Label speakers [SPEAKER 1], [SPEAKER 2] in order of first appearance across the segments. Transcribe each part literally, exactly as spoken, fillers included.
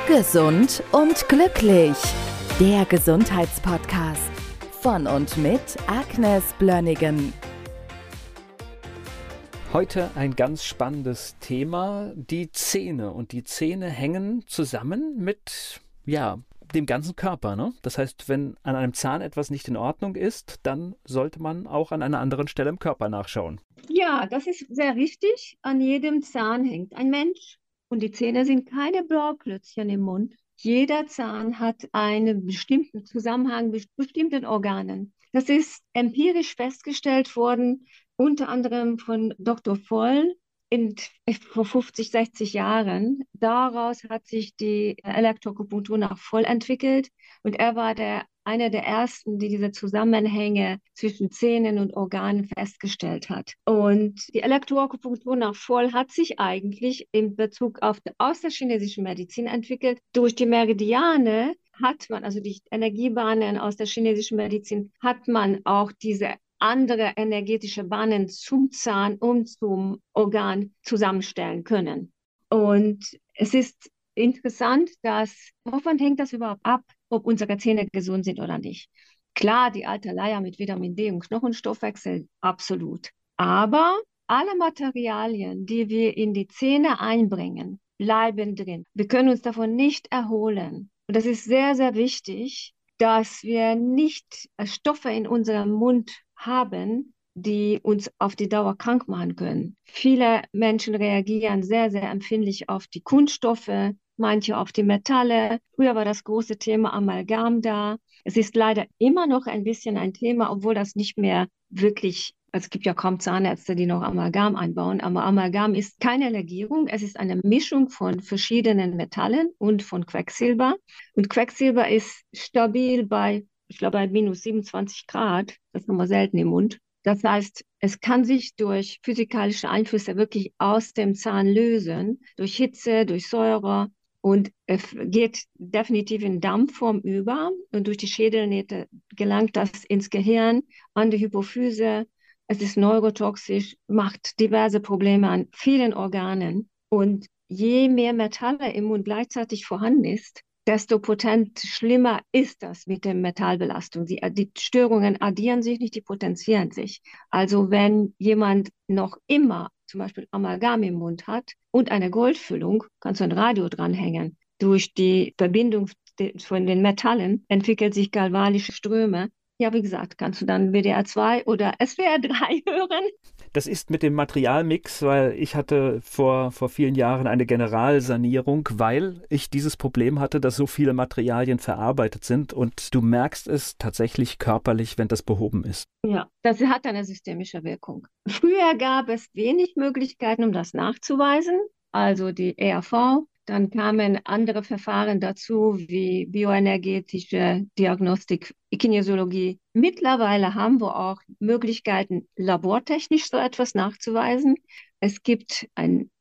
[SPEAKER 1] Gesund und glücklich. Der Gesundheitspodcast von und mit Agnes Blönnigan.
[SPEAKER 2] Heute ein ganz spannendes Thema, die Zähne. Und die Zähne hängen zusammen mit, ja, dem ganzen Körper, ne? Das heißt, wenn an einem Zahn etwas nicht in Ordnung ist, dann sollte man auch an einer anderen Stelle im Körper nachschauen.
[SPEAKER 3] Ja, das ist sehr richtig. An jedem Zahn hängt ein Mensch und die Zähne sind keine Blauklötzchen im Mund. Jeder Zahn hat einen bestimmten Zusammenhang mit bestimmten Organen. Das ist empirisch festgestellt worden, unter anderem von Doktor Voll in, vor fünfzig, sechzig Jahren. Daraus hat sich die Elektroakupunktur nach Voll entwickelt und er war der einer der ersten, die diese Zusammenhänge zwischen Zähnen und Organen festgestellt hat. Und die Elektroakupunktur nach Voll hat sich eigentlich in Bezug auf aus der chinesischen Medizin entwickelt. Durch die Meridiane hat man, also die Energiebahnen aus der chinesischen Medizin, hat man auch diese andere energetische Bahnen zum Zahn und zum Organ zusammenstellen können. Und es ist interessant, dass, wovon hängt das überhaupt ab, ob unsere Zähne gesund sind oder nicht? Klar, die alte Leier mit Vitamin D und Knochenstoffwechsel, absolut. Aber alle Materialien, die wir in die Zähne einbringen, bleiben drin. Wir können uns davon nicht erholen. Und das ist sehr, sehr wichtig, dass wir nicht Stoffe in unserem Mund haben, die uns auf die Dauer krank machen können. Viele Menschen reagieren sehr, sehr empfindlich auf die Kunststoffe, manche auf die Metalle. Früher war das große Thema Amalgam da. Es ist leider immer noch ein bisschen ein Thema, obwohl das nicht mehr wirklich, also es gibt ja kaum Zahnärzte, die noch Amalgam einbauen, aber Amalgam ist keine Legierung, es ist eine Mischung von verschiedenen Metallen und von Quecksilber. Und Quecksilber ist stabil bei, ich glaube, bei minus siebenundzwanzig Grad. Das haben wir selten im Mund. Das heißt, es kann sich durch physikalische Einflüsse wirklich aus dem Zahn lösen, durch Hitze, durch Säure und es geht definitiv in Dampfform über und durch die Schädelnähte gelangt das ins Gehirn, an die Hypophyse. Es ist neurotoxisch, macht diverse Probleme an vielen Organen und je mehr Metalle im Mund gleichzeitig vorhanden ist, desto potent schlimmer ist das mit der Metallbelastung. Die, die Störungen addieren sich nicht, die potenzieren sich. Also wenn jemand noch immer zum Beispiel Amalgam im Mund hat und eine Goldfüllung, kannst du ein Radio dranhängen. Durch die Verbindung von den Metallen entwickelt sich galvanische Ströme. Ja, wie gesagt, kannst du dann W D R zwei oder S W R drei hören.
[SPEAKER 2] Das ist mit dem Materialmix, weil ich hatte vor, vor vielen Jahren eine Generalsanierung, weil ich dieses Problem hatte, dass so viele Materialien verarbeitet sind und du merkst es tatsächlich körperlich, wenn das behoben ist.
[SPEAKER 3] Ja, das hat eine systemische Wirkung. Früher gab es wenig Möglichkeiten, um das nachzuweisen, also die E R V. Dann kamen andere Verfahren dazu, wie bioenergetische Diagnostik, Kinesiologie. Mittlerweile haben wir auch Möglichkeiten, labortechnisch so etwas nachzuweisen. Es gibt einen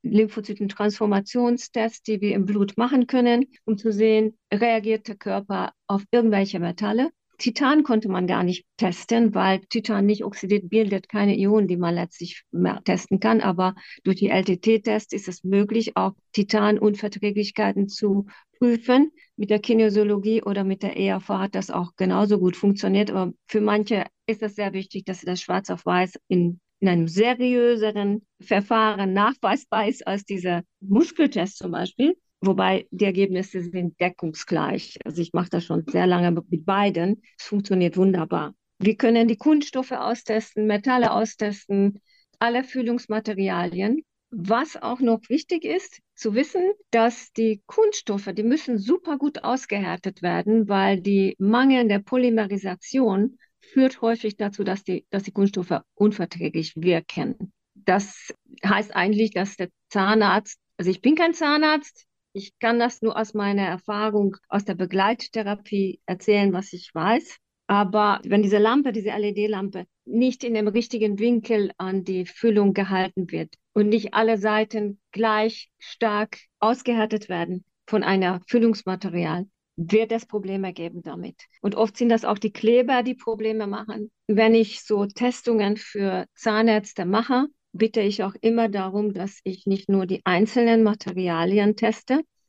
[SPEAKER 3] Lymphozytentransformationstest, die wir im Blut machen können, um zu sehen, reagiert der Körper auf irgendwelche Metalle. Titan konnte man gar nicht testen, weil Titan nicht oxidiert, bildet keine Ionen, die man letztlich testen kann. Aber durch die L T T-Tests ist es möglich, auch Titanunverträglichkeiten zu prüfen. Mit der Kinesiologie oder mit der E R V hat das auch genauso gut funktioniert. Aber für manche ist es sehr wichtig, dass sie das schwarz auf weiß in, in einem seriöseren Verfahren nachweisbar ist als dieser Muskeltest zum Beispiel. Wobei die Ergebnisse sind deckungsgleich. Also ich mache das schon sehr lange mit beiden. Es funktioniert wunderbar. Wir können die Kunststoffe austesten, Metalle austesten, alle Füllungsmaterialien. Was auch noch wichtig ist, zu wissen, dass die Kunststoffe, die müssen super gut ausgehärtet werden, weil die mangelnde Polymerisation führt häufig dazu, dass die, dass die Kunststoffe unverträglich wirken. Das heißt eigentlich, dass der Zahnarzt, also ich bin kein Zahnarzt, ich kann das nur aus meiner Erfahrung aus der Begleittherapie erzählen, was ich weiß. Aber wenn diese Lampe, diese L E D-Lampe, nicht in dem richtigen Winkel an die Füllung gehalten wird und nicht alle Seiten gleich stark ausgehärtet werden von einer Füllungsmaterial, wird es Probleme geben damit. Und oft sind das auch die Kleber, die Probleme machen. Wenn ich so Testungen für Zahnärzte mache, bitte ich auch immer darum, dass ich nicht nur die einzelnen Materialien teste,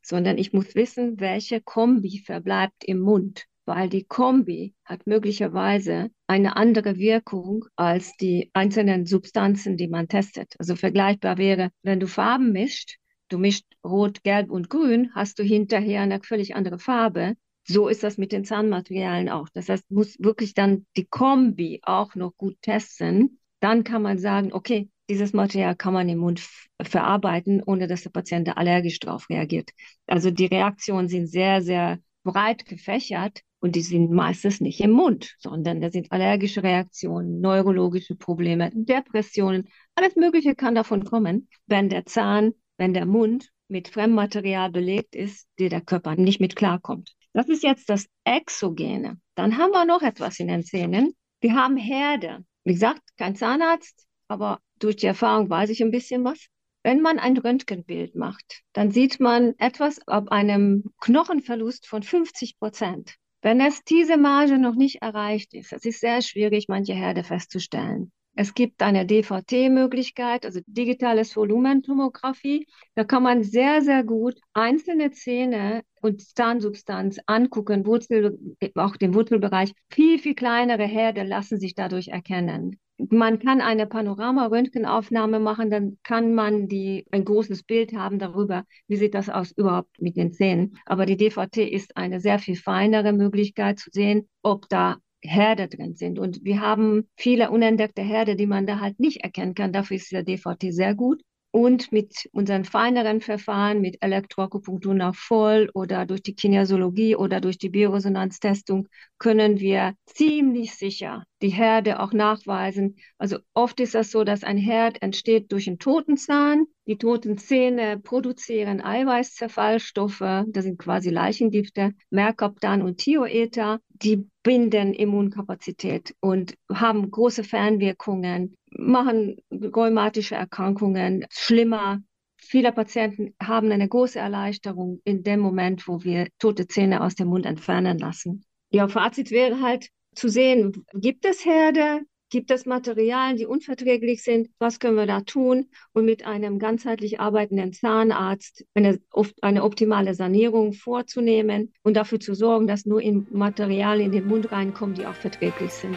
[SPEAKER 3] sondern ich muss wissen, welche Kombi verbleibt im Mund, weil die Kombi hat möglicherweise eine andere Wirkung als die einzelnen Substanzen, die man testet. Also vergleichbar wäre, wenn du Farben mischt, du mischt Rot, Gelb und Grün, hast du hinterher eine völlig andere Farbe. So ist das mit den Zahnmaterialien auch. Das heißt, muss wirklich dann die Kombi auch noch gut testen. Dann kann man sagen, okay, dieses Material kann man im Mund f- verarbeiten, ohne dass der Patient da allergisch drauf reagiert. Also die Reaktionen sind sehr, sehr breit gefächert und die sind meistens nicht im Mund, sondern da sind allergische Reaktionen, neurologische Probleme, Depressionen. Alles Mögliche kann davon kommen, wenn der Zahn, wenn der Mund mit Fremdmaterial belegt ist, die der Körper nicht mit klarkommt. Das ist jetzt das Exogene. Dann haben wir noch etwas in den Zähnen. Wir haben Herde. Wie gesagt, kein Zahnarzt, aber durch die Erfahrung weiß ich ein bisschen was. Wenn man ein Röntgenbild macht, dann sieht man etwas ab einem Knochenverlust von fünfzig Prozent. Wenn es diese Marge noch nicht erreicht ist, es ist sehr schwierig, manche Herde festzustellen. Es gibt eine D V T-Möglichkeit, also digitales Volumentomographie. Da kann man sehr, sehr gut einzelne Zähne und Zahnsubstanz angucken, Wurzel, auch den Wurzelbereich. Viel, viel kleinere Herde lassen sich dadurch erkennen. Man kann eine Panorama-Röntgenaufnahme machen, dann kann man die, ein großes Bild haben darüber, wie sieht das aus überhaupt mit den Zähnen. Aber die D V T ist eine sehr viel feinere Möglichkeit zu sehen, ob da Herde drin sind. Und wir haben viele unentdeckte Herde, die man da halt nicht erkennen kann. Dafür ist der D V T sehr gut. Und mit unseren feineren Verfahren, mit Elektroakupunktur nach voll oder durch die Kinesiologie oder durch die Bioresonanztestung, können wir ziemlich sicher die Herde auch nachweisen. Also oft ist das so, dass ein Herd entsteht durch einen toten Zahn. Die toten Zähne produzieren Eiweißzerfallstoffe, das sind quasi Leichengifte, Mercaptan und Thioether. Die binden Immunkapazität und haben große Fernwirkungen, machen rheumatische Erkrankungen schlimmer. Viele Patienten haben eine große Erleichterung in dem Moment, wo wir tote Zähne aus dem Mund entfernen lassen. Ja, Fazit wäre halt zu sehen, gibt es Herde, gibt es Materialien, die unverträglich sind, was können wir da tun? Und mit einem ganzheitlich arbeitenden Zahnarzt eine, eine optimale Sanierung vorzunehmen und dafür zu sorgen, dass nur in Materialien in den Mund reinkommen, die auch verträglich sind.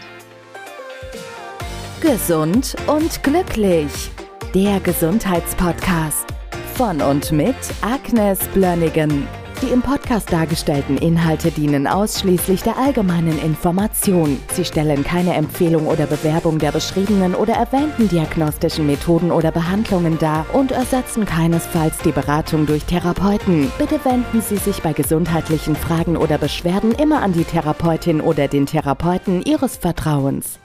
[SPEAKER 1] Gesund und glücklich. Der Gesundheitspodcast von und mit Agnes Blönnigan. Die im Podcast dargestellten Inhalte dienen ausschließlich der allgemeinen Information. Sie stellen keine Empfehlung oder Bewerbung der beschriebenen oder erwähnten diagnostischen Methoden oder Behandlungen dar und ersetzen keinesfalls die Beratung durch Therapeuten. Bitte wenden Sie sich bei gesundheitlichen Fragen oder Beschwerden immer an die Therapeutin oder den Therapeuten Ihres Vertrauens.